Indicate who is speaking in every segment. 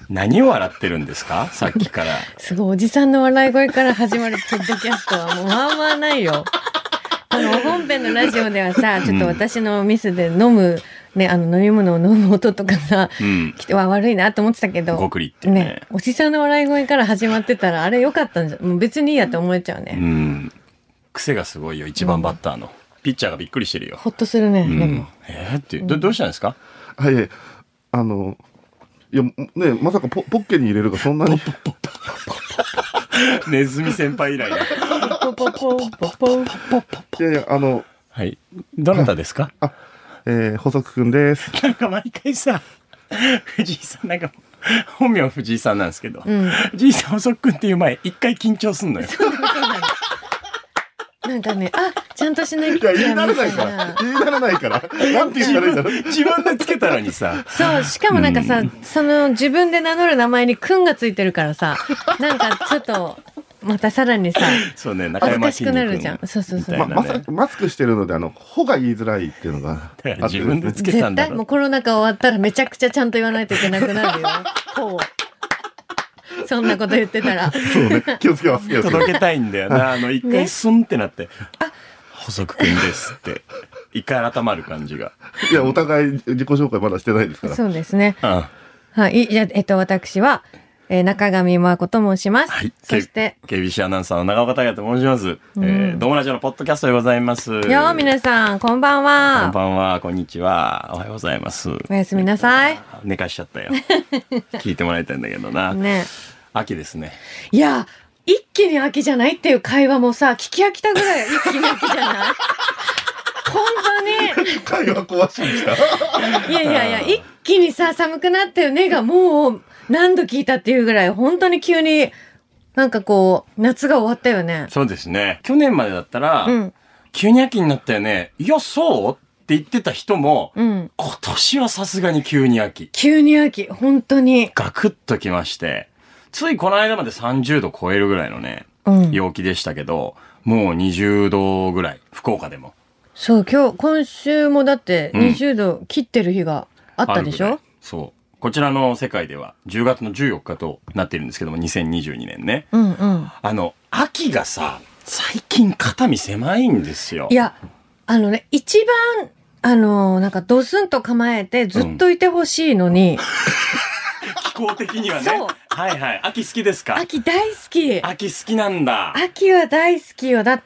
Speaker 1: 何を笑ってるんですかさっきから。
Speaker 2: すごい、おじさんの笑い声から始まるポッドキャストはもうまあまあないよ。本編のラジオではさ、ちょっと私のミスで飲む、ね、飲み物を飲む音とかさ、来ては悪いなと思ってたけど、
Speaker 1: ごくりってね。
Speaker 2: おじさんの笑い声から始まってたら、あれ良かったんじゃ、もう別にいいやって思えちゃうね。
Speaker 1: 癖がすごいよ、一番バッターの。ピッチャーがびっくりしてるよ。
Speaker 2: ほっとするね、でも。
Speaker 1: ってどうしたんですか？
Speaker 3: はい、いや、ね、まさかポッケに入れるがそんなに。
Speaker 1: ネズミ先輩以来。
Speaker 3: いやいや、
Speaker 1: はい。どなたですか？
Speaker 3: 補足くんです。
Speaker 1: なんか毎回さ、藤井さん、なんか、本名藤井さんなんですけど、藤井さん補足くんっていう前、一回緊張すんのよ。
Speaker 2: なんかね、ちゃんとしなきゃ。
Speaker 3: いや、言いならないから。言いならないから。なんて言ったらいいんだろう。
Speaker 1: 自分でつけたのにさ。
Speaker 2: そう、しかもなんかさ、自分で名乗る名前にくんがついてるからさ、なんかちょっと、またさらにさ、
Speaker 1: そうね、中山きんに君。
Speaker 2: 恥ずかしくなるじゃん。そうそうそう。
Speaker 3: マスクしてるので、ほが言いづらいっていうのが。
Speaker 1: 自分でつけたんだろ。
Speaker 2: 絶対、もうコロナ禍終わったらめちゃくちゃちゃんと言わないといけなくなるよ。ほう。そんなこと言ってたら。
Speaker 3: そうね、気をつけます。
Speaker 1: 届けたいんだよな。一回スンってなって、補足くんですって。一回改まる感じが。
Speaker 3: いや、お互い自己紹介まだしてないですから。
Speaker 2: そうですね。はい。じゃあ、私は、中上真子と申します。
Speaker 1: はい。
Speaker 2: そして、
Speaker 1: KBC アナウンサーの長岡大和と申します。ドームラジオのポッドキャストでございます。
Speaker 2: 皆さん、こんばんは。
Speaker 1: こんばんは、こんにちは。おはようございます。
Speaker 2: おやすみなさい。
Speaker 1: 寝かしちゃったよ。聞いてもらいたいんだけどな。
Speaker 2: ね。
Speaker 1: 秋ですね。
Speaker 2: いや、一気に秋じゃないっていう会話もさ、聞き飽きたぐらい一気に秋じゃない本当に。
Speaker 3: 会話壊しに来た。
Speaker 2: いや、一気にさ、寒くなったよねがもう何度聞いたっていうぐらい、本当に急になんかこう、夏が終わったよね。
Speaker 1: そうですね。去年までだったら、急に秋になったよね。いや、そうって言ってた人も、今年はさすがに急に秋。
Speaker 2: 急に秋、本当に。
Speaker 1: ガクッときまして。ついこの間まで30度超えるぐらいのね、陽気でしたけど、もう20度ぐらい、福岡でも。
Speaker 2: そう、今週もだって20度切ってる日があったでしょ？
Speaker 1: そう。こちらの世界では10月の14日となっているんですけども、2022年ね。秋がさ、最近肩身狭いんですよ。
Speaker 2: いや、一番、なんかドスンと構えてずっといてほしいのに、
Speaker 1: 気候的にはね。
Speaker 2: そう。
Speaker 1: はいはい。秋好きですか？
Speaker 2: 秋大好き。
Speaker 1: 秋好きなんだ。
Speaker 2: 秋は大好きよ。だって、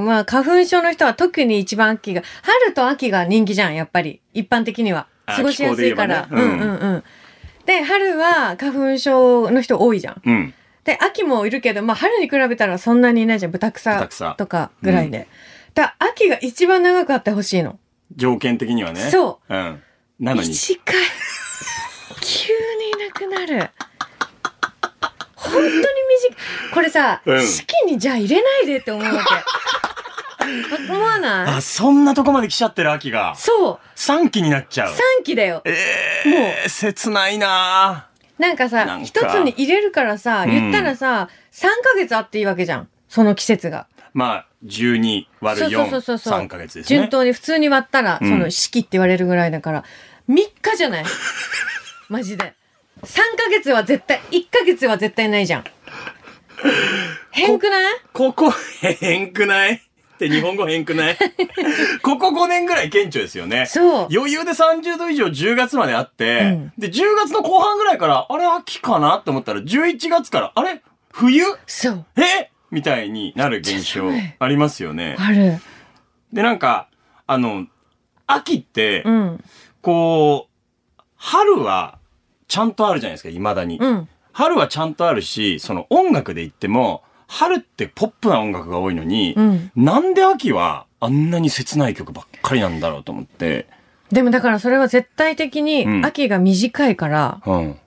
Speaker 2: まあ、花粉症の人は特に一番秋が、春と秋が人気じゃん、やっぱり。一般的には。過ごしやすいから。で、春は花粉症の人多いじゃん。で、秋もいるけど、まあ、春に比べたらそんなにいないじゃん。ブタクサとかぐらいで。だ秋が一番長くあってほしいの。
Speaker 1: 条件的にはね。
Speaker 2: そう。
Speaker 1: なのに。
Speaker 2: 短い。急にいなくなる。本当に短い。これさ、四季にじゃあ入れないでって思うわけ。思わない？
Speaker 1: そんなとこまで来ちゃってる秋が。
Speaker 2: そう。
Speaker 1: 3期になっちゃう。
Speaker 2: 3期だよ。も
Speaker 1: う。切ないなぁ。
Speaker 2: なんかさ、一つに入れるからさ、言ったらさ、3ヶ月あっていいわけじゃん。その季節が。
Speaker 1: まあ、12割る4、3ヶ月ですね。
Speaker 2: 順当に普通に割ったら、その四季って言われるぐらいだから、3日じゃないマジで。3ヶ月は絶対、1ヶ月は絶対ないじゃん。変くない？
Speaker 1: 変くないって日本語変くないここ5年ぐらい顕著ですよね。
Speaker 2: そう。
Speaker 1: 余裕で30度以上10月まであって、で、10月の後半ぐらいから、あれ秋かなって思ったら、11月から、あれ冬？
Speaker 2: そう。
Speaker 1: みたいになる現象ありますよね。
Speaker 2: ある。
Speaker 1: で、なんか、秋って、こう、春はちゃんとあるじゃないですか、未だに。春はちゃんとあるし、その音楽で言っても、春ってポップな音楽が多いのに、なんで秋はあんなに切ない曲ばっかりなんだろうと思って。
Speaker 2: でもだからそれは絶対的に秋が短いから、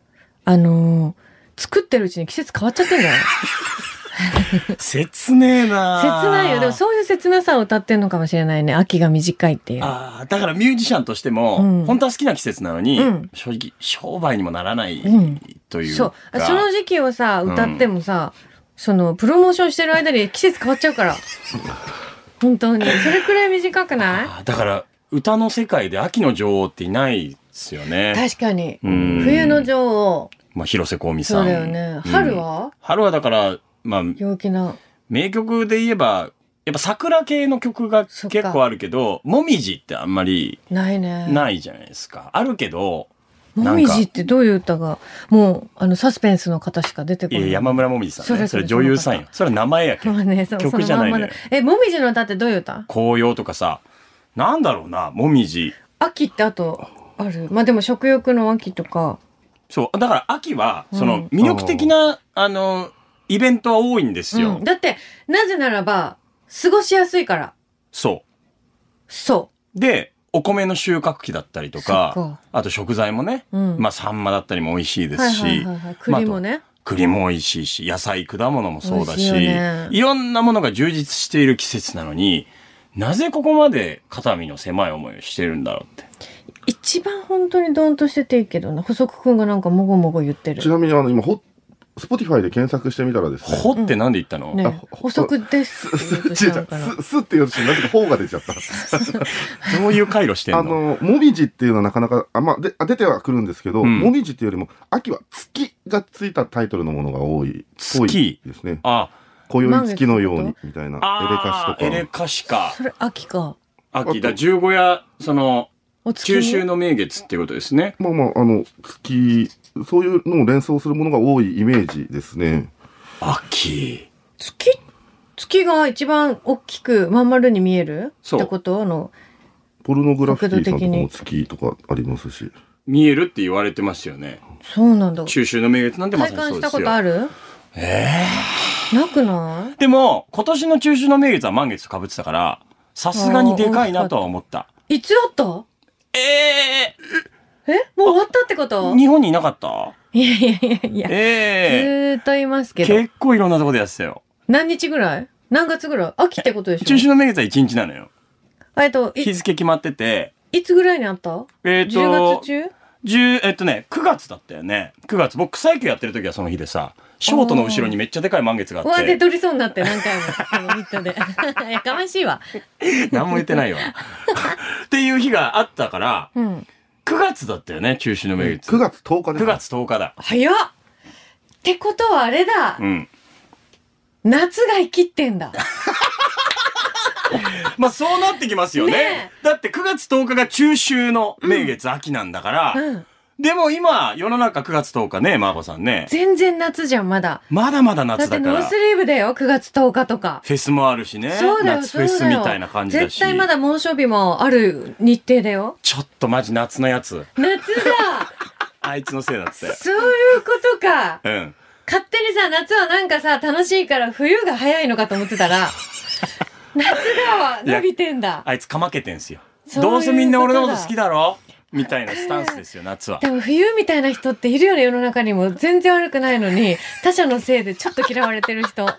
Speaker 2: 作ってるうちに季節変わっちゃってるんじゃない
Speaker 1: 切ねえな
Speaker 2: 切ないよ。でもそういう切なさを歌ってんのかもしれないね。秋が短いっていう。
Speaker 1: だからミュージシャンとしても、本当は好きな季節なのに、正直商売にもならないというか。
Speaker 2: そう。その時期をさ、歌ってもさ、その、プロモーションしてる間に季節変わっちゃうから。本当に。それくらい短くない？
Speaker 1: だから、歌の世界で秋の女王っていないですよね。
Speaker 2: 確かに。冬の女王。
Speaker 1: まあ、広瀬香美さん。
Speaker 2: そうだよね。春は、
Speaker 1: 春はだから、まあ、
Speaker 2: 陽気な。
Speaker 1: 名曲で言えば、やっぱ桜系の曲が結構あるけど、もみじってあんまり
Speaker 2: ないね。
Speaker 1: ないじゃないですか。あるけど、
Speaker 2: もみじってどういう歌が、もう、サスペンスの方しか出てこない。
Speaker 1: 山村もみじさんね。それ女優さんよ。それは名前やけん。
Speaker 2: ね、
Speaker 1: 曲じゃないのよ。
Speaker 2: もみじの歌ってどういう歌？
Speaker 1: 紅葉とかさ、なんだろうな、もみじ。
Speaker 2: 秋ってあと、ある。まあでも食欲の秋とか。
Speaker 1: そう。だから秋は、その、魅力的な、イベントは多いんですよ。
Speaker 2: だって、なぜならば、過ごしやすいから。
Speaker 1: そう。
Speaker 2: そう。
Speaker 1: で、お米の収穫期だったりとか、あと食材もね、まあサンマだったりも美味しいですし、
Speaker 2: 栗もね。
Speaker 1: 栗も美味しいし、野菜、果物もそうだし、いろんなものが充実している季節なのに、なぜここまで肩身の狭い思いをしてるんだろうって。
Speaker 2: 一番本当にドンとしてていいけどな、補足くんがなんかもごもご言ってる。
Speaker 3: ちなみに今、スポティファイで検索してみたらですね。
Speaker 1: ほってなんで言ったの？
Speaker 2: ね、補足です。
Speaker 3: すって言うとして、なぜかほうが出ちゃった。
Speaker 1: どういう回路してんの？
Speaker 3: もみじっていうのはなかなか、出てはくるんですけど、もみじっていうよりも、秋は月がついたタイトルのものが多いですね。今宵月のように、みたいな。エレカシとか。
Speaker 1: エレカシか。
Speaker 2: それ秋か。
Speaker 1: 秋だ。十五夜、中秋の名月っていうことですね。
Speaker 3: まあまあ、月、そういうのを連想するものが多いイメージですね。
Speaker 1: 秋。
Speaker 2: 月が一番大きくまん丸に見えるってこと
Speaker 3: ポルノグラフィティさんとかも月とかありますし。
Speaker 1: 見えるって言われてますよね。
Speaker 2: そうなんだ。
Speaker 1: 中秋の名月なんてまさにそうですよ。
Speaker 2: 体感したことある？なくない？
Speaker 1: でも、今年の中秋の名月は満月と被ってたから、さすがにでかいなとは思った。
Speaker 2: いつあった？もう終わったってこと？
Speaker 1: 日本にいなかった？
Speaker 2: いや。ずーっといますけど。
Speaker 1: 結構いろんなとこでやってたよ。
Speaker 2: 何日ぐらい？何月ぐらい？秋ってことでしょ？
Speaker 1: 中秋の名月は1日なのよ。日付決まってて。
Speaker 2: いつぐらいにあった？10月中
Speaker 1: ？9月だったよね。9月。僕、草野球やってる時はその日でさ、ショートの後ろにめっちゃでかい満月があって。
Speaker 2: 出取りそうになって何回も。ミットで。やかましいわ。
Speaker 1: 何も言ってないわ。っていう日があったから、9月だったよね、中秋の名月。
Speaker 3: 9月10日です。
Speaker 1: 9月10日だ。
Speaker 2: 早っ！ってことはあれだ。夏が生きってんだ。
Speaker 1: まあそうなってきますよね。だって9月10日が中秋の名月、秋なんだから、でも今、世の中9月10日ね、マーコさんね。
Speaker 2: 全然夏じゃん、まだ。
Speaker 1: まだまだ夏だから。
Speaker 2: だってノースリーブだよ、9月10日とか。
Speaker 1: フェスもあるしね。
Speaker 2: そうだよ、
Speaker 1: 夏フェスみたいな感じだし。
Speaker 2: 絶対まだ猛暑日もある日程だよ。
Speaker 1: ちょっとマジ夏のやつ。
Speaker 2: 夏だ
Speaker 1: あいつのせいだって。
Speaker 2: そういうことか。勝手にさ、夏はなんかさ、楽しいから冬が早いのかと思ってたら、夏が伸びてんだ。
Speaker 1: あいつかまけてんすよ。どうせみんな俺のこと好きだろみたいなスタンスですよ、夏は。
Speaker 2: でも冬みたいな人っているよね、世の中にも。全然悪くないのに、他者のせいでちょっと嫌われてる人。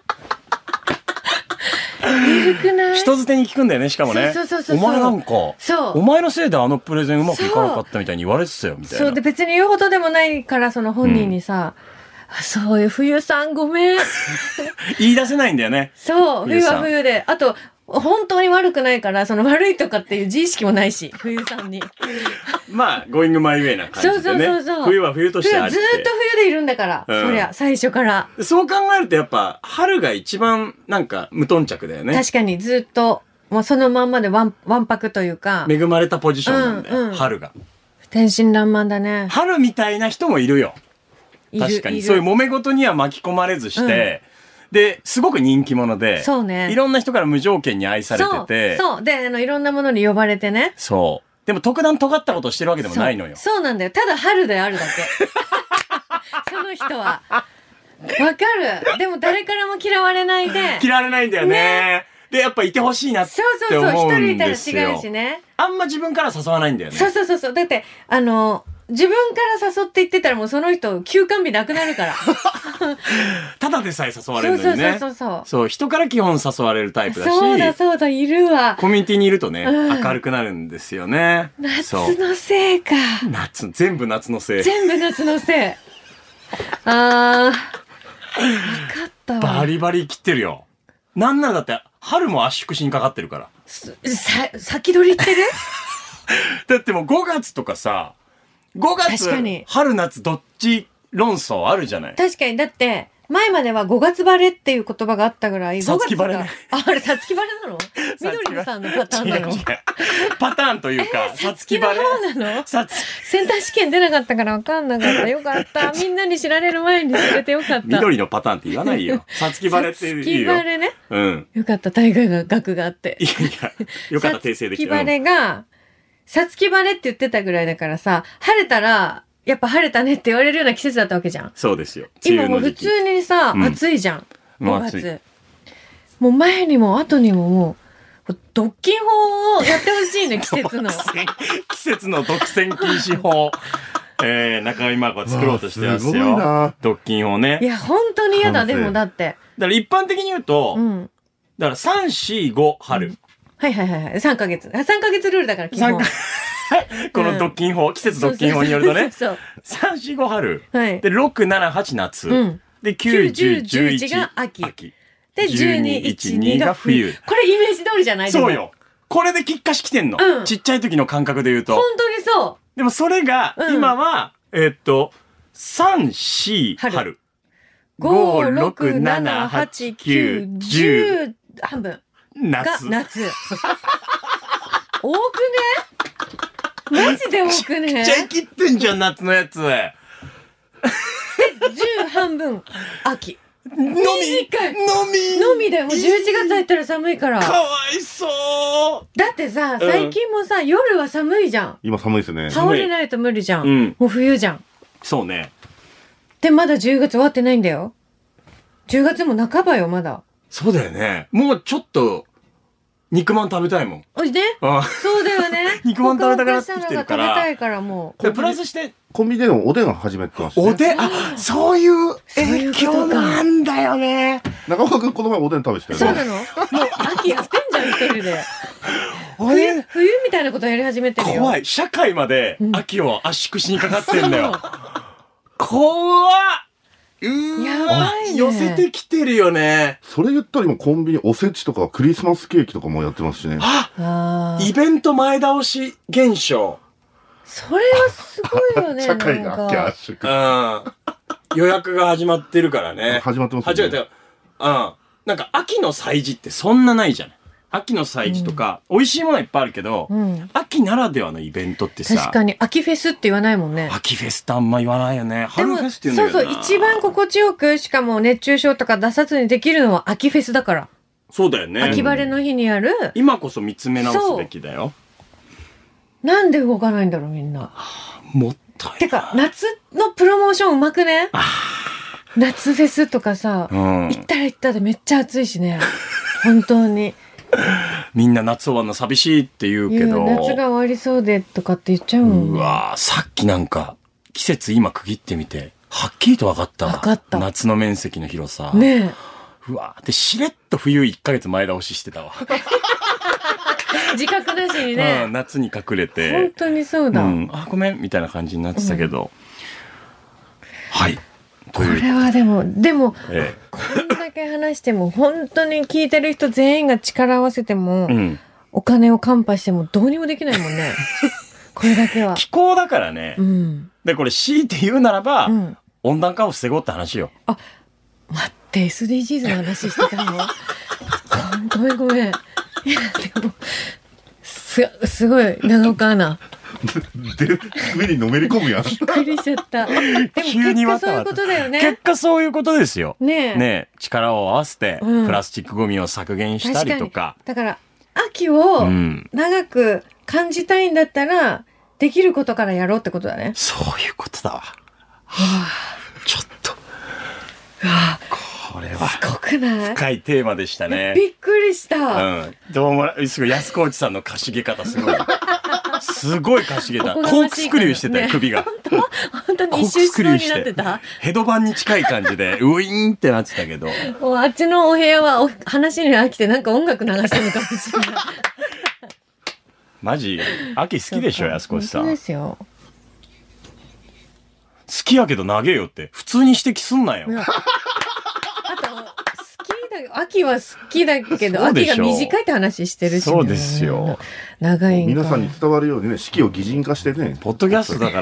Speaker 2: いるくない？
Speaker 1: 人づてに聞くんだよね、しかもね。お前なんか、お前のせいであのプレゼンうまくいかなかったみたいに言われてたよ、みたいな。
Speaker 2: そうで、別に言うほどでもないから、その本人にさ、そういう冬さんごめん。
Speaker 1: 言い出せないんだよね。
Speaker 2: そう、冬は冬で。あと、本当に悪くないから、その悪いとかっていう自意識もないし、冬さんに。
Speaker 1: まあ、ゴーイングマイウェイな感じでね。そう。冬は冬としてある。
Speaker 2: ずーっと冬でいるんだから、そりゃ、最初から。
Speaker 1: そう考えるとやっぱ、春が一番なんか無頓着だよね。
Speaker 2: 確かにずっと、もうそのまんまでわんぱくというか。
Speaker 1: 恵まれたポジションなんだよ、春が。
Speaker 2: 天真爛漫だね。
Speaker 1: 春みたいな人もいるよ。確かに。そういう揉め事には巻き込まれずして、で、すごく人気者で、
Speaker 2: そうね。
Speaker 1: いろんな人から無条件に愛されてて、
Speaker 2: そう。で、いろんなものに呼ばれてね。
Speaker 1: そう。でも特段尖ったことしてるわけでもないのよ。
Speaker 2: そうなんだよ。ただ春であるだけ。その人は。わかる。でも誰からも嫌われないで。
Speaker 1: 嫌われないんだよね。で、やっぱいてほしいなって思うんですよ。
Speaker 2: 一人いたら違うしね。
Speaker 1: あんま自分から誘わないんだよね。
Speaker 2: そう。だって、自分から誘って言ってたらもうその人休館日なくなるから。
Speaker 1: ただでさえ誘われるのにね。そう、人から基本誘われるタイプだし。
Speaker 2: そうだ、いるわ。
Speaker 1: コミュニティにいるとね、明るくなるんですよね。
Speaker 2: 夏のせいか。
Speaker 1: 全部夏のせい。
Speaker 2: 全部夏のせい。わかったわ。
Speaker 1: バリバリ切ってるよ。なんならだって、春も圧縮しにかかってるから。
Speaker 2: 先取りってる？
Speaker 1: だってもう5月とかさ、5月、春夏どっち論争あるじゃない。
Speaker 2: 確かに、だって、前までは5月晴れっていう言葉があったぐらい、
Speaker 1: さつき晴れね。
Speaker 2: あれ、さつき晴れなの緑さんのパターンなの？違う
Speaker 1: パターンというか、さつき晴れ。
Speaker 2: そうなの？センター試験出なかったから分かんなかった。よかった。みんなに知られる前に知れてよかった。
Speaker 1: 緑のパターンって言わないよ。さつき晴れって言うよ。さつき晴
Speaker 2: れね。
Speaker 1: うん。
Speaker 2: よかった。大会が学があって。
Speaker 1: いや、よかった。訂正できた。
Speaker 2: さつき晴れが、さつき晴れって言ってたぐらいだからさ、晴れたら、やっぱ晴れたねって言われるような季節だったわけじゃん。
Speaker 1: そうですよ。
Speaker 2: 今もう普通にさ、暑いじゃん。5月。もう前にも後にももう、独禁法をやってほしいね、季節の。
Speaker 1: 季節の独占禁止法。中上真子が作ろうとしてますよ。すごいな。独禁法ね。
Speaker 2: いや、本当に嫌だ、でもだって。
Speaker 1: だから一般的に言うと、だから3、4、5、春。
Speaker 2: はいはいはい。3ヶ月。3ヶ月ルールだから、基本。
Speaker 1: この独禁法、季節独禁法によるとね。3、4、5春。で、6、7、8夏。で、9、10、11が秋。で、12、1、2が冬。これイメージ通りじゃない？そうよ。これできっかし来てんの。ちっちゃい時の感覚で言うと。
Speaker 2: 本当にそう。
Speaker 1: でもそれが、今は、3、4、春。5、6、7、8、9、10。
Speaker 2: 半分。
Speaker 1: 夏。
Speaker 2: 多くね？マジで多くね？
Speaker 1: めっちゃ切ってんじゃん、夏のやつ。で、
Speaker 2: 10半分、秋。
Speaker 1: 短い。
Speaker 2: のみだよ。もう11月入ったら寒いから。
Speaker 1: かわいそう。
Speaker 2: だってさ、最近もさ、夜は寒いじゃん。
Speaker 3: 今寒いですね。
Speaker 2: 羽織れないと無理じゃん。もう冬じゃん。
Speaker 1: そうね。
Speaker 2: で、まだ10月終わってないんだよ。10月も半ばよ、まだ。
Speaker 1: そうだよね。もうちょっと、肉まん食べたいもん。
Speaker 2: おいで。そうだよね。
Speaker 1: 肉まん食べたくなってきてるから。
Speaker 2: 食べたいからも
Speaker 1: う。で、プラスして、
Speaker 3: コンビニでもおでんを始めてました、ね。
Speaker 1: おでん、そういう影響なんだよね。
Speaker 3: 中岡くんこの前おでん食べてたよ
Speaker 2: ね。そうなの？もう秋やってんじゃん、一人で。冬みたいなことやり始めてるよ。
Speaker 1: 怖い。社会まで秋を圧縮しにかかってんだよ。怖っ。
Speaker 2: やばいね。
Speaker 1: 寄せてきてるよね。
Speaker 3: それ言ったら今コンビニおせちとかクリスマスケーキとかもやってますしね。
Speaker 1: イベント前倒し現象。
Speaker 2: それはすごいよね。
Speaker 3: 社会が圧
Speaker 1: 縮。予約が始まってるからね。
Speaker 3: 始まってますね。
Speaker 1: 始まってる。なんか秋の祭事ってそんなないじゃない。秋の祭事とか、美味しいものいっぱいあるけど、秋ならではのイベントってさ。
Speaker 2: 確かに、秋フェスって言わないもんね。
Speaker 1: 秋フェスってあんま言わないよね。春フェスって言うんだよね。
Speaker 2: そうそう、一番心地よく、しかも熱中症とか出さずにできるのは秋フェスだから。
Speaker 1: そうだよね。
Speaker 2: 秋晴れの日にやる。
Speaker 1: 今こそ見つめ直すべきだよ。
Speaker 2: なんで動かないんだろう、みんな。
Speaker 1: もったいない。
Speaker 2: てか、夏のプロモーションうまくね？夏フェスとかさ、行ったら行ったでめっちゃ暑いしね。本当に。
Speaker 1: みんな夏終わるの寂しいって言うけど。
Speaker 2: 夏が終わりそうでとかって言っちゃうもんね。
Speaker 1: うわさっきなんか、季節今区切ってみて、はっきりと分かったわ。
Speaker 2: 分かった。
Speaker 1: 夏の面積の広さ。
Speaker 2: ねえ。
Speaker 1: うわで、しれっと冬1ヶ月前倒ししてたわ。
Speaker 2: 自覚なしにね。
Speaker 1: 夏に隠れて。
Speaker 2: 本当にそうだ。
Speaker 1: ごめん、みたいな感じになってたけど。はい。
Speaker 2: これはでも、こんだけ話しても、本当に聞いてる人全員が力を合わせても、お金をカンパしてもどうにもできないもんね。これだけは。
Speaker 1: 気候だからね。で、これ強いて言うならば、温暖化を防ごうって話よ。
Speaker 2: あ、待って、SDGs の話してたの？ごめん。いや、でも、すごい、長岡アナ。
Speaker 3: で、上にのめり込むやん。
Speaker 2: びっくりしちゃった。でも結果そういうことだよね。
Speaker 1: 結果そういうことですよ。
Speaker 2: ね
Speaker 1: え。力を合わせて、プラスチックゴミを削減したりとか。
Speaker 2: だから、秋を長く感じたいんだったら、できることからやろうってことだね。
Speaker 1: そういうことだわ。ちょっと。これは。
Speaker 2: すごくない？
Speaker 1: 深いテーマでしたね。
Speaker 2: びっくりした。
Speaker 1: どうも、すごい、安河内さんのかしげ方すごい。すごいかしげた。コークスクリューしてたよ、首が。
Speaker 2: 本当に一周しそうになってた。
Speaker 1: ヘドバンに近い感じで、ウィーンってなってたけど。
Speaker 2: あっちのお部屋は話に飽きてなんか音楽流してるのかもしれない。
Speaker 1: マジ、秋好きでしょ、安越さん。
Speaker 2: そうですよ。
Speaker 1: 好きやけど長えよって、普通に指摘すんなよ。
Speaker 2: 秋は好きだけど、秋が短いって話してるし、ね。
Speaker 1: そうですよ。
Speaker 2: 長い。
Speaker 3: 皆さんに伝わるようにね、四季を擬人化してね。
Speaker 1: ポッドキャストだから、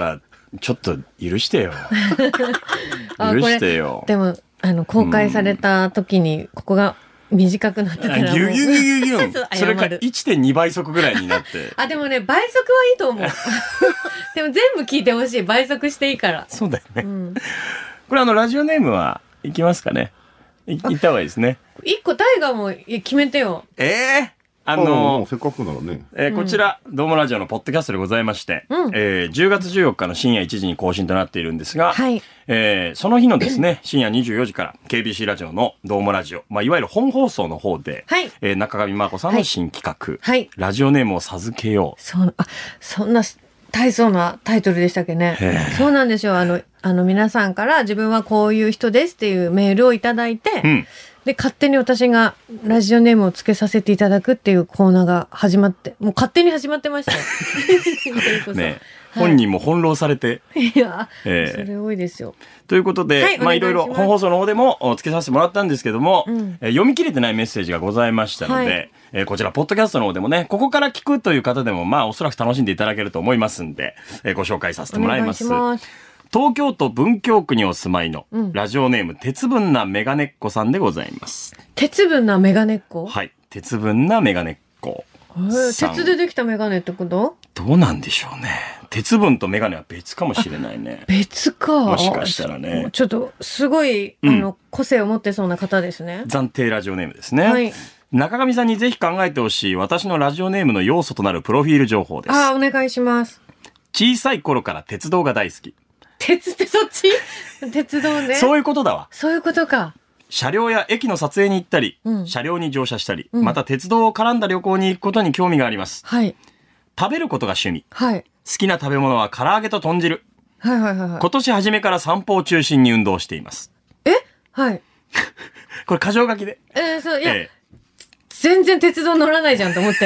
Speaker 1: ちょっと許してよ。許してよ。
Speaker 2: でも、公開された時に、ここが短くなってたらもう。
Speaker 1: ギュギュギュギュギュン。それから 1.2 倍速ぐらいになって。
Speaker 2: でもね、倍速はいいと思う。でも全部聞いてほしい。倍速していいから。
Speaker 1: そうだよね。これラジオネームはいきますかね。言った方がいいですね。
Speaker 2: 一個タイガーも決めてよ。
Speaker 3: せっかくならね。
Speaker 1: こちら、どうもラジオのポッドキャストでございまして、10月14日の深夜1時に更新となっているんですが、その日のですね、深夜24時から KBC ラジオのどうもラジオ、いわゆる本放送の方で、中上真子さんの新企画、ラジオネームを授けよう。
Speaker 2: そんな大層なタイトルでしたっけね。そうなんですよ。皆さんから自分はこういう人ですっていうメールをいただいて、で、勝手に私がラジオネームをつけさせていただくっていうコーナーが始まって、もう勝手に始まってましたよ。
Speaker 1: ね、本人も翻弄されて。
Speaker 2: いや、それ多いですよ。
Speaker 1: ということで、いろいろ本放送の方でもつけさせてもらったんですけども、読み切れてないメッセージがございましたので、こちら、ポッドキャストの方でもね、ここから聞くという方でも、おそらく楽しんでいただけると思いますんで、ご紹介させてもらいます。東京都文京区にお住まいの、ラジオネーム、鉄分なメガネっ子さんでございます。
Speaker 2: 鉄分なメガネっ子？
Speaker 1: はい。鉄分なメガネっ子。
Speaker 2: 鉄でできたメガネってこと？
Speaker 1: どうなんでしょうね。鉄分とメガネは別かもしれないね。
Speaker 2: 別か。
Speaker 1: もしかしたらね。
Speaker 2: ちょっと、すごい、個性を持ってそうな方ですね。
Speaker 1: 暫定ラジオネームですね。はい。中上さんにぜひ考えてほしい私のラジオネームの要素となるプロフィール情報です。
Speaker 2: お願いします。
Speaker 1: 小さい頃から鉄道が大好き。
Speaker 2: 鉄ってそっち？鉄道ね。
Speaker 1: そういうことだわ。
Speaker 2: そういうことか。
Speaker 1: 車両や駅の撮影に行ったり、車両に乗車したり、また鉄道を絡んだ旅行に行くことに興味があります。
Speaker 2: はい。
Speaker 1: 食べることが趣味。
Speaker 2: はい。
Speaker 1: 好きな食べ物は唐揚げと豚汁。
Speaker 2: はいはいはい。
Speaker 1: 今年初めから散歩を中心に運動しています。
Speaker 2: はい。
Speaker 1: これ箇条書きで。
Speaker 2: そう、いや、全然鉄道乗らないじゃんと思って。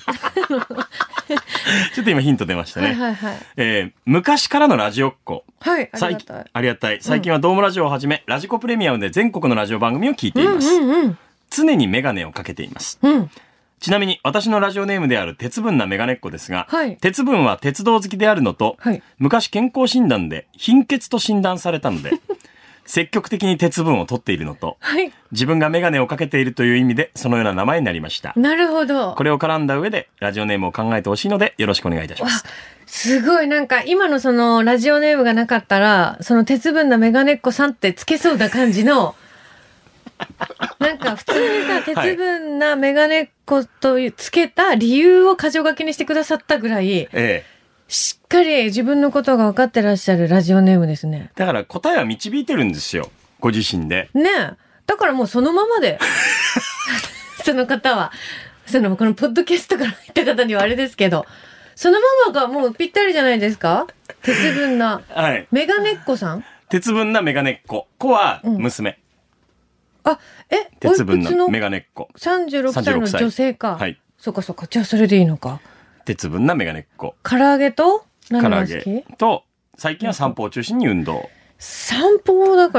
Speaker 1: ちょっと今ヒント出ましたね。昔からのラジオっ子。
Speaker 2: はい、ありがたい。
Speaker 1: ありがたい。最近はドームラジオをはじめ、ラジコプレミアムで全国のラジオ番組を聞いています。常にメガネをかけています。ちなみに私のラジオネームである鉄分なメガネっ子ですが、鉄分は鉄道好きであるのと、昔健康診断で貧血と診断されたので、積極的に鉄分を取っているのと、自分がメガネをかけているという意味でそのような名前になりました。
Speaker 2: なるほど。
Speaker 1: これを絡んだ上でラジオネームを考えてほしいのでよろしくお願いいたします。
Speaker 2: すごい、なんか今のそのラジオネームがなかったら、その鉄分なメガネっ子さんってつけそうな感じの、なんか普通にさ、鉄分なメガネっ子とつけた理由を箇条書きにしてくださったぐらい、しっかり自分のことが分かってらっしゃるラジオネームですね。
Speaker 1: だから答えは導いてるんですよ。ご自身で。
Speaker 2: ねえ。だからもうそのままで。その方は。このポッドキャストから言った方にはあれですけど、そのままがもうぴったりじゃないですか？鉄分な。メガネっ子さん？
Speaker 1: 鉄分なメガネっ子。子は娘。鉄分なメガネっ子。
Speaker 2: 36歳の女性か。
Speaker 1: はい。
Speaker 2: そっかそっか。じゃあそれでいいのか。
Speaker 1: 鉄分なメガネっ子。
Speaker 2: 唐揚げと
Speaker 1: 唐揚げと、最近は散歩を中心に運動。
Speaker 2: 散歩だから。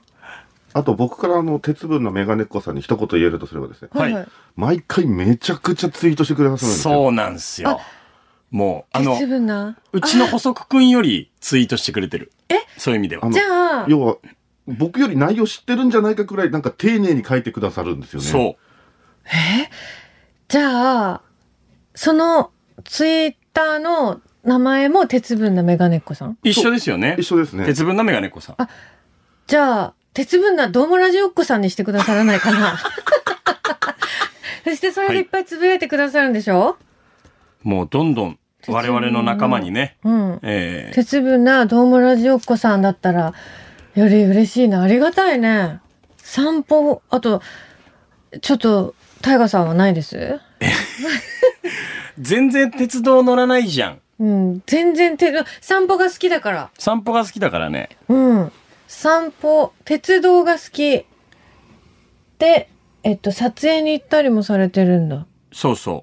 Speaker 3: あと僕から鉄分のメガネっ子さんに一言言えるとすればですね。毎回めちゃくちゃツイートしてくださるんですよ。
Speaker 1: そうなんですよ。もう、
Speaker 2: 鉄分な。
Speaker 1: うちの補足くんよりツイートしてくれてる。そういう意味では。
Speaker 2: じゃあ。
Speaker 3: 要は、僕より内容知ってるんじゃないかくらい、なんか丁寧に書いてくださるんですよね。
Speaker 1: そう。
Speaker 2: じゃあ、そのツイッターの名前も鉄分なメガネっ子さん？
Speaker 1: 一緒ですよね。
Speaker 3: 一緒ですね。
Speaker 1: 鉄分なメガネっ子さん。
Speaker 2: じゃあ、鉄分などうもラジオっ子さんにしてくださらないかな。そしてそれでいっぱいつぶやいてくださるんでしょ？
Speaker 1: もうどんどん我々の仲間にね。
Speaker 2: 鉄分などうもラジオっ子さんだったら、より嬉しいな。ありがたいね。散歩、あと、ちょっと、タイガさんはないです？
Speaker 1: 全然鉄道乗らないじゃ
Speaker 2: ん。全然散歩が好きだから。
Speaker 1: 散歩が好きだからね。
Speaker 2: 散歩、鉄道が好き。で、撮影に行ったりもされてるんだ。
Speaker 1: そうそう。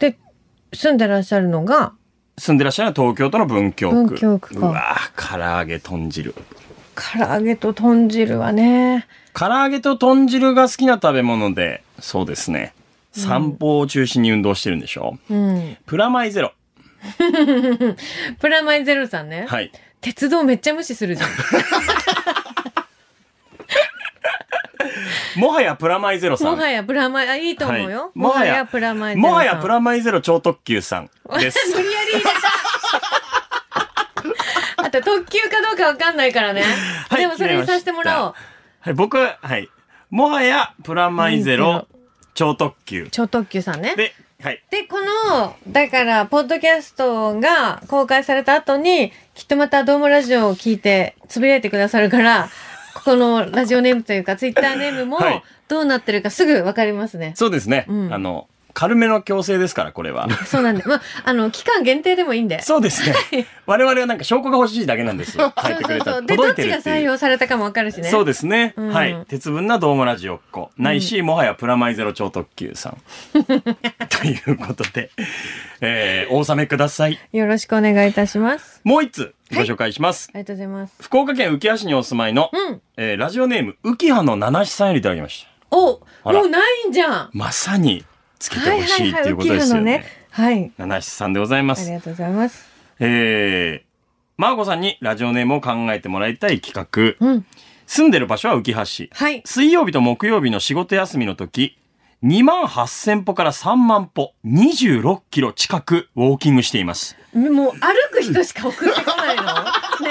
Speaker 2: で、住んでらっしゃるのが
Speaker 1: 東京都の文京区。
Speaker 2: 文京区か。
Speaker 1: うわぁ、唐揚げ豚汁。
Speaker 2: 唐揚げと豚汁はね。
Speaker 1: 唐揚げと豚汁が好きな食べ物で、そうですね。散歩を中心に運動してるんでしょ？プラマイゼロ。
Speaker 2: プラマイゼロさんね。
Speaker 1: はい。
Speaker 2: 鉄道めっちゃ無視するじゃん。
Speaker 1: もはやプラマイゼロさん。
Speaker 2: もはやプラマイ、いいと思うよ。
Speaker 1: はい、もはや
Speaker 2: プラマイゼロさん。
Speaker 1: もはやプラマイゼロ超特急さんです。
Speaker 2: 無理やり入れた。あと特急かどうかわかんないからね。はい、でもそれにさせてもらおう。
Speaker 1: はい、僕は、はい。もはやプラマイゼロ超特急。
Speaker 2: 超特急さんね。
Speaker 1: で、はい。
Speaker 2: で、この、だから、ポッドキャストが公開された後に、きっとまたドームラジオを聞いて、つぶやいてくださるから、このラジオネームというか、ツイッターネームも、どうなってるかすぐわかりますね。
Speaker 1: そうですね。軽めの強制ですから、これは。
Speaker 2: そうなんで。まあ、期間限定でもいいんで。
Speaker 1: そうですね。我々はなんか証拠が欲しいだけなんですよ。書いてくれた。
Speaker 2: で、どっちが採用されたかもわかるしね。
Speaker 1: そうですね。はい。鉄分なドームラジオっ子。ないし、もはやプラマイゼロ超特急さん。ということで、お納めください。
Speaker 2: よろしくお願いいたします。
Speaker 1: もう一つご紹介します。
Speaker 2: ありがとうございます。
Speaker 1: 福岡県浮橋市にお住まいの、ラジオネーム、浮葉の七七さんよりいただきました。
Speaker 2: お、もうないんじゃん。
Speaker 1: まさに。つけてほしいっていうことですよね。
Speaker 2: はい。
Speaker 1: 七七さんでございます。
Speaker 2: ありがとうございます。
Speaker 1: マーゴさんにラジオネームを考えてもらいたい企画。住んでる場所は浮橋市。
Speaker 2: はい。
Speaker 1: 水曜日と木曜日の仕事休みの時、28,000歩から3万歩、26キロ近くウォーキングしています。
Speaker 2: もう歩く人しか送ってこないのね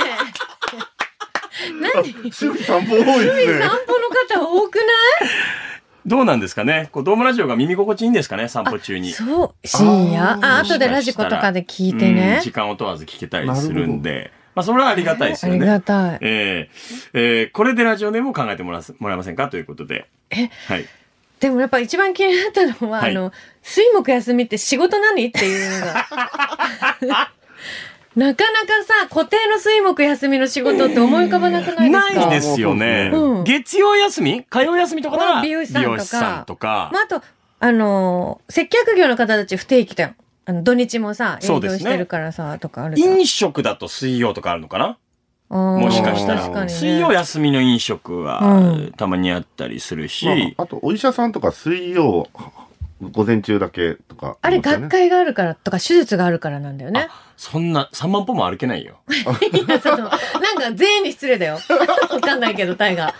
Speaker 2: え。何
Speaker 3: 趣味散歩多いですね。
Speaker 2: 趣味散歩の方多くない？
Speaker 1: どうなんですかね。ドームラジオが耳心地いいんですかね、散歩中に。
Speaker 2: そう。深夜後でラジコとかで聞いてね。
Speaker 1: 時間を問わず聞けたりするんで。まあ、それはありがたいですよね。
Speaker 2: ありがたい。
Speaker 1: これでラジオネームを考えてもらえませんかということで。はい。
Speaker 2: でもやっぱ一番気になったのは、水木休みって仕事何っていうのが。なかなかさ、固定の水木休みの仕事って思い浮かばなくないですか？
Speaker 1: ないですよね。月曜休み？火曜休みとかなら
Speaker 2: 美容師さんとか。まあ、あと、接客業の方たち不定期だよ。土日もさ、営業してるからさ、とかあるじゃん。
Speaker 1: 飲食だと水曜とかあるのかな？もしかしたら。水曜休みの飲食はたまにあったりするし。
Speaker 3: あと、お医者さんとか水曜、午前中だけとか、
Speaker 2: あれ、学会があるからとか、手術があるからなんだよね。
Speaker 1: そんな、3万歩も歩けないよ。
Speaker 2: いや、ちょっと、なんか全員に失礼だよ。わかんないけど、タイが。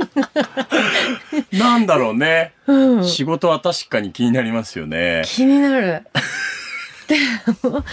Speaker 1: なんだろうね。仕事は確かに気になりますよね。
Speaker 2: 気になる。でも、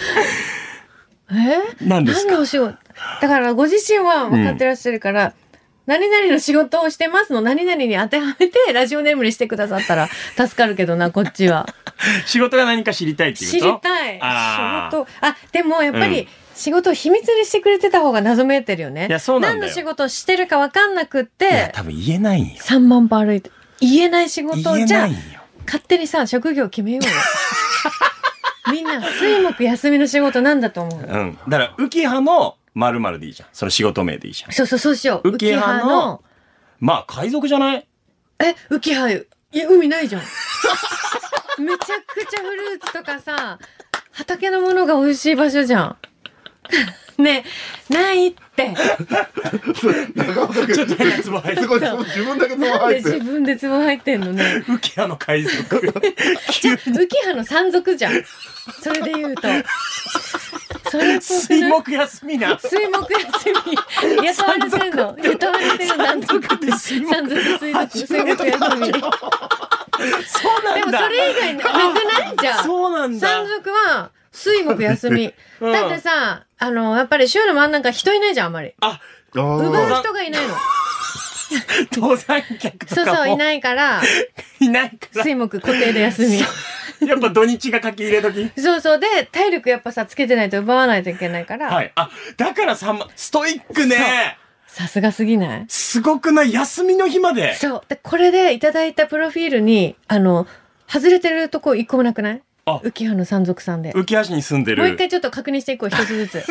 Speaker 1: 何ですか？
Speaker 2: 何のお仕事？だから、ご自身は分かってらっしゃるから、何々の仕事をしてますの何々に当てはめてラジオネームにしてくださったら助かるけどな、こっちは。
Speaker 1: 仕事が何か知りたいっていうこと？
Speaker 2: 知りたい。仕事。でもやっぱり仕事を秘密にしてくれてた方が謎めいてるよね。
Speaker 1: いや、そうなんだよ。
Speaker 2: 何の仕事をしてるか分かんなくって。いや、
Speaker 1: 多分言えないよ。
Speaker 2: 3万歩歩いて。言えない仕事をじゃあ、
Speaker 1: よ
Speaker 2: 勝手にさ、職業決めようよ。みんな、水木休みの仕事なんだと思う。
Speaker 1: だから、浮葉の〇〇でいいじゃん。その仕事名でいいじゃん。
Speaker 2: そうしよう。
Speaker 1: 浮葉の、まあ、海賊じゃない？
Speaker 2: 浮葉、いや、海ないじゃん。めちゃくちゃフルーツとかさ、畑のものが美味しい場所じゃん。ねえ、ないって。
Speaker 3: ちょっとツボ入ってる。自分だけツボ入ってる。
Speaker 2: 自分でツボ入ってんのね。
Speaker 1: 浮葉の海賊。
Speaker 2: 浮葉の山賊じゃん。それで言うと。それっぽくない？
Speaker 1: 水木休みな。
Speaker 2: 水木休み。雇われてんの。雇われてる山賊って。山賊水木休み。そう
Speaker 1: なんだ。で
Speaker 2: もそれ以外なくない？じゃあ。
Speaker 1: そうなんだ。
Speaker 2: 山賊は水木休み。だってさ、やっぱり週の真ん中人いないじゃん、あんまり。奪う人がいないの。
Speaker 1: 登山客とかも。
Speaker 2: そう、いないから。水木固定で休み。
Speaker 1: やっぱ土日が書き入れ時。
Speaker 2: そうで、体力やっぱさ、つけてないと奪わないといけないから。
Speaker 1: はい。だからストイックね。
Speaker 2: さすがすぎない？
Speaker 1: すごくない？休みの日まで。
Speaker 2: そう。で、これでいただいたプロフィールに、外れてるとこ一個もなくない？浮葉の山賊さんで。
Speaker 1: 浮葉市に住んでる。
Speaker 2: もう一回ちょっと確認していこう、一つずつ。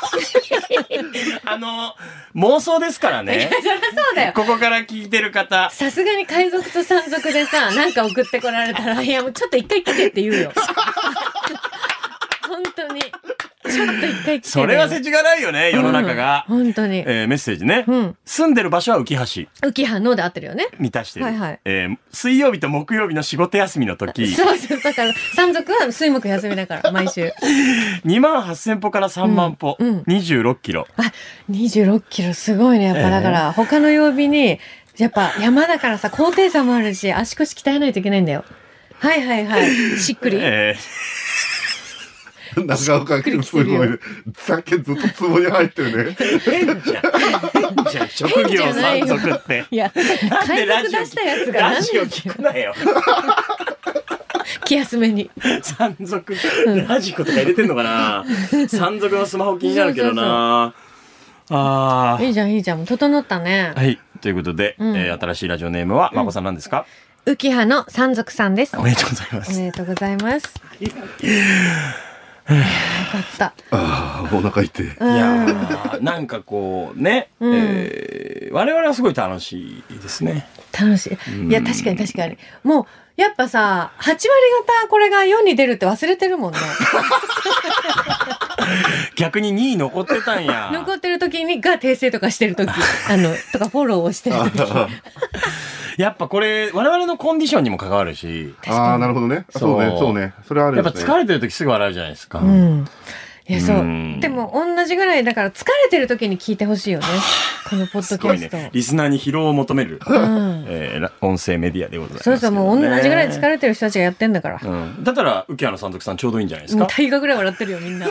Speaker 1: 妄想ですからね。
Speaker 2: いや、そりゃそうだよ。
Speaker 1: ここから聞いてる方。
Speaker 2: さすがに海賊と山賊でさ、なんか送ってこられたら、いや、もうちょっと一回来てって言うよ。本当に。 ちょっと一回来て。
Speaker 1: それは世知がないよね、世の中が。
Speaker 2: 本当に。
Speaker 1: メッセージね。住んでる場所は浮橋。
Speaker 2: 浮葉ので合ってるよね。
Speaker 1: 満たしてる。
Speaker 2: はいはい。
Speaker 1: 水曜日と木曜日の仕事休みの時。
Speaker 2: そうそう。だから、山賊は水木休みだから、毎週。
Speaker 1: 28,000歩から3万歩。26キロ。
Speaker 2: あ、26キロすごいね。やっぱだから、他の曜日に、やっぱ山だからさ、高低差もあるし、足腰鍛えないといけないんだよ。はいはいはい。しっくり。
Speaker 3: 長岡君すごい。酒ずっと壺に入ってるね。
Speaker 1: 変じゃん。職業山賊って。
Speaker 2: いや、海賊出したやつが
Speaker 1: ラジオ聞くなよ。
Speaker 2: 気休めに。
Speaker 1: 山賊、ラジコとか入れてんのかな。山賊のスマホ気になるけどな。
Speaker 2: ああ。いいじゃんいいじゃん。整ったね。
Speaker 1: はい。ということで、新しいラジオネームは、まこさんなんですか？
Speaker 2: 浮葉の山賊さんです。
Speaker 1: おめでとうございます。
Speaker 2: おめでとうございます。よかった。
Speaker 3: ああ、お腹痛い。い
Speaker 1: やなんかこうね、我々はすごい楽しいですね。
Speaker 2: 楽しい。いや、確かに確かに。もう、やっぱさ、8割方これが世に出るって忘れてるもんね。
Speaker 1: 逆に2位残ってたんや。
Speaker 2: 残ってる時にが訂正とかしてる時、とかフォローをしてる時。
Speaker 1: やっぱこれ我々のコンディションにも関わるし。
Speaker 3: ああ、なるほどね。そうね、そうね。それはある
Speaker 1: よね。やっぱ疲れてる時すぐ笑うじゃないですか。
Speaker 2: いや、そう。でも同じぐらいだから疲れてる時に聞いてほしいよね。このポッドキャスト。
Speaker 1: リスナーに疲労を求める音声メディアでございます。
Speaker 2: そうそう、もう同じぐらい疲れてる人たちがやってんだから。
Speaker 1: だったら浮葉の山賊さんちょうどいいんじゃないですか。
Speaker 2: 大河ぐらい笑ってるよみんな。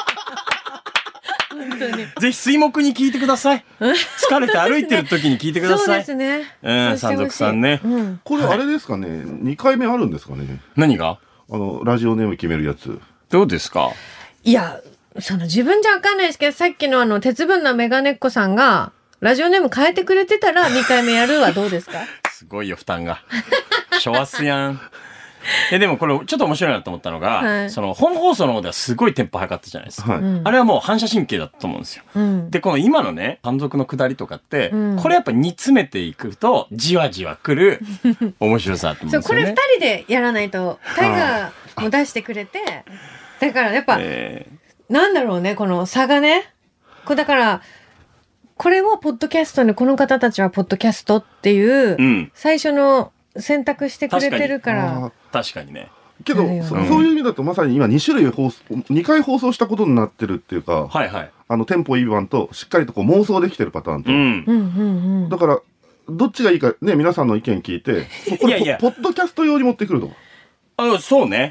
Speaker 1: ぜひ水木に聞いてください。疲れて歩いてる時に聞いてください。
Speaker 2: そうですね。
Speaker 1: 山賊さんね。
Speaker 3: これあれですかね。2回目あるんですかね。
Speaker 1: 何が？
Speaker 3: ラジオネーム決めるやつ。
Speaker 1: どうですか？
Speaker 2: いや、自分じゃわかんないですけど、さっきの鉄分のメガネっ子さんが、ラジオネーム変えてくれてたら2回目やるはどうですか？
Speaker 1: すごいよ、負担が。しょわすやん。でもこれちょっと面白いなと思ったのが、その本放送の方ではすごいテンポ早かったじゃないですか。あれはもう反射神経だったと思うんですよ。で、この今のね、山賊の下りとかって、これやっぱ煮詰めていくと、じわじわ来る面白さだと思うんですよね。
Speaker 2: そう、これ2人でやらないと、タイガーも出してくれて、だからやっぱ、なんだろうね、この差がね。だから、これをポッドキャストに、この方たちはポッドキャストっていう、最初の選択してくれてるから。
Speaker 1: 確かにね。
Speaker 3: けど、そういう意味だとまさに今2回放送したことになってるっていうか、テンポいい版としっかりとこう妄想できてるパターンと。だから、どっちがいいかね、皆さんの意見聞いて、これポッドキャスト用に持ってくると。
Speaker 1: そうね。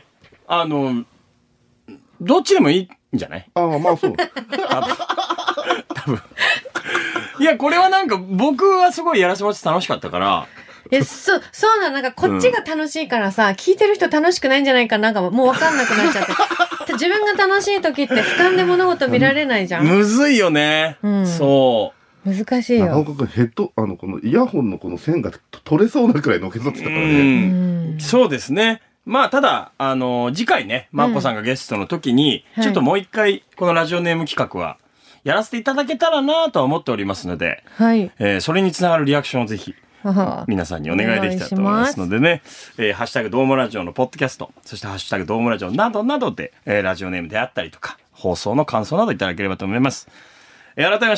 Speaker 1: どっちでもいいんじゃない？
Speaker 3: まあそう。
Speaker 1: 多分。いや、これはなんか僕はすごいやらせてもらって楽しかったから。
Speaker 2: そうなんかこっちが楽しいからさ、聞いてる人楽しくないんじゃないかなんかもうわかんなくなっちゃって。自分が楽しい時って俯瞰で物事見られないじゃん。
Speaker 1: むずいよね。そう。
Speaker 2: 難しいよ。
Speaker 3: 長岡君ヘッド、このイヤホンのこの線が取れそうなくらいのけぞってたからね。
Speaker 1: そうですね。まあ、ただ、次回ね、マッコさんがゲストの時に、ちょっともう一回、このラジオネーム企画は、やらせていただけたらなとは思っておりますので、それにつながるリアクションをぜひ、皆さんにお願いできたらと思いますのでね、ハッシュタグどうもラジオのポッドキャスト、そしてハッシュタグどうもラジオなどなどで、ラジオネームであったりとか、放送の感想などいただければと思います。改めまして、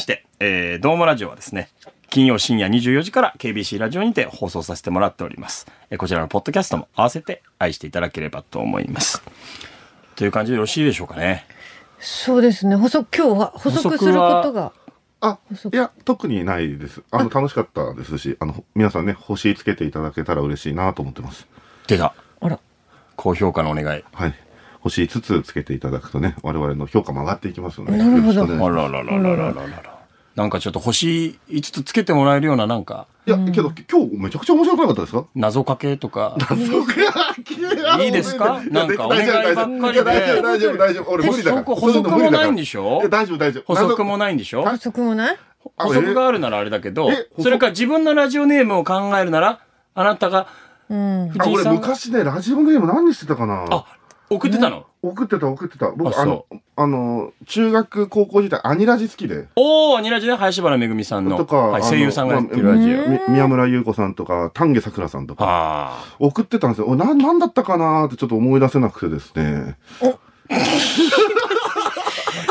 Speaker 1: どうもラジオはですね、金曜深夜24時から KBC ラジオにて放送させてもらっております。こちらのポッドキャストも合わせて愛していただければと思います。という感じでよろしいでしょうかね。
Speaker 2: そうですね。今日は補足することが。
Speaker 3: いや、特にないです。楽しかったですし、皆さんね、星つけていただけたら嬉しいなと思ってます。
Speaker 1: 出た。高評価のお願い。
Speaker 3: はい。星5つつけていただくとね、我々の評価も上がっていきますので。
Speaker 2: なるほど。
Speaker 1: あららららららら。なんかちょっと星5つつけてもらえるようななんか。
Speaker 3: いや、けど今日めちゃくちゃ面白くなかったですか？
Speaker 1: 謎かけとか。
Speaker 3: 謎か
Speaker 1: けいいですか？なんかお願いばっかりで。
Speaker 3: 大丈夫。俺無理だから。
Speaker 1: 補足もないんでしょ？
Speaker 3: 大丈夫。
Speaker 1: 補足もないんでしょ？
Speaker 2: 補足もない？
Speaker 1: 補足があるならあれだけど、それから自分のラジオネームを考えるなら、あなたが、
Speaker 3: 藤井さん。俺昔ね、ラジオネーム何にしてたかな？
Speaker 1: 送ってたの？
Speaker 3: 送ってた。僕、中学、高校時代、アニラジ好きで。
Speaker 1: アニラジね、林原めぐみさんの。とか、声優さんがやってるラジ
Speaker 3: オ。宮村優子さんとか、丹下桜さんとか。送ってたんですよ。なんだったかなーってちょっと思い出せなくてですね。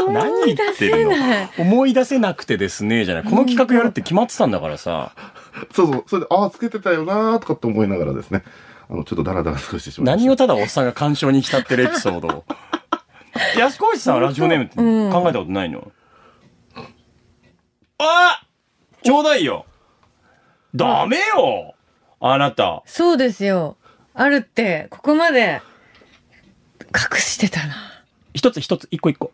Speaker 1: 何言ってるの？思い出せなくてですねじゃない。この企画やるって決まってたんだからさ。
Speaker 3: そうそう。それで、つけてたよなーとかって思いながらですね。ちょっとダラダラ過ごしてしまいました。
Speaker 1: 何をただおっさんが感傷に浸ってるエピソードを。安越さんはラジオネームって考えたことないの？ちょうだいよ。ダメよあなた。
Speaker 2: そうですよ。あるって、ここまで隠してたな。
Speaker 1: 一個。こ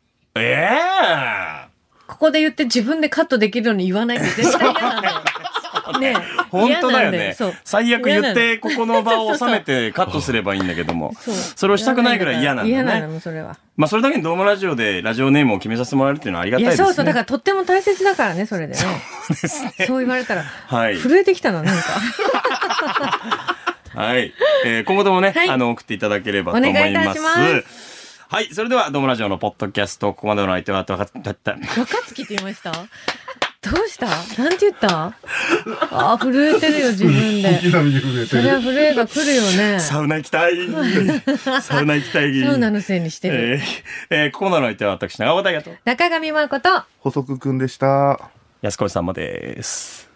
Speaker 2: こで言って自分でカットできるように言わないって絶対嫌なんだよ。ねえ。
Speaker 1: 本当だよね。最悪言って、ここの場を収めてカットすればいいんだけども。それをしたくないぐらい嫌なんだね。
Speaker 2: 嫌なの、それは。
Speaker 1: まあ、それだけにドームラジオでラジオネームを決めさせてもらえるっていうのはありがたいですね。
Speaker 2: そう、だからとっても大切だからね、それでね。
Speaker 1: そうですね。
Speaker 2: そう言われたら、震えてきたな、なんか。
Speaker 1: はい。今後ともね、送っていただければと思います。お願いいたします。はい。それでは、ドームラジオのポッドキャスト、ここまでの相手は、若月
Speaker 2: って言いました？どうした？なんて言った？震えてるよ、自分で。それは震えが来るよね。
Speaker 1: サウナ行きたい。サウナ
Speaker 2: のせいにしてる。
Speaker 1: ここまでの相手は、私、長尾大和と。
Speaker 2: 中上真子と。
Speaker 3: 細くくんでした。
Speaker 1: 安越さんもです。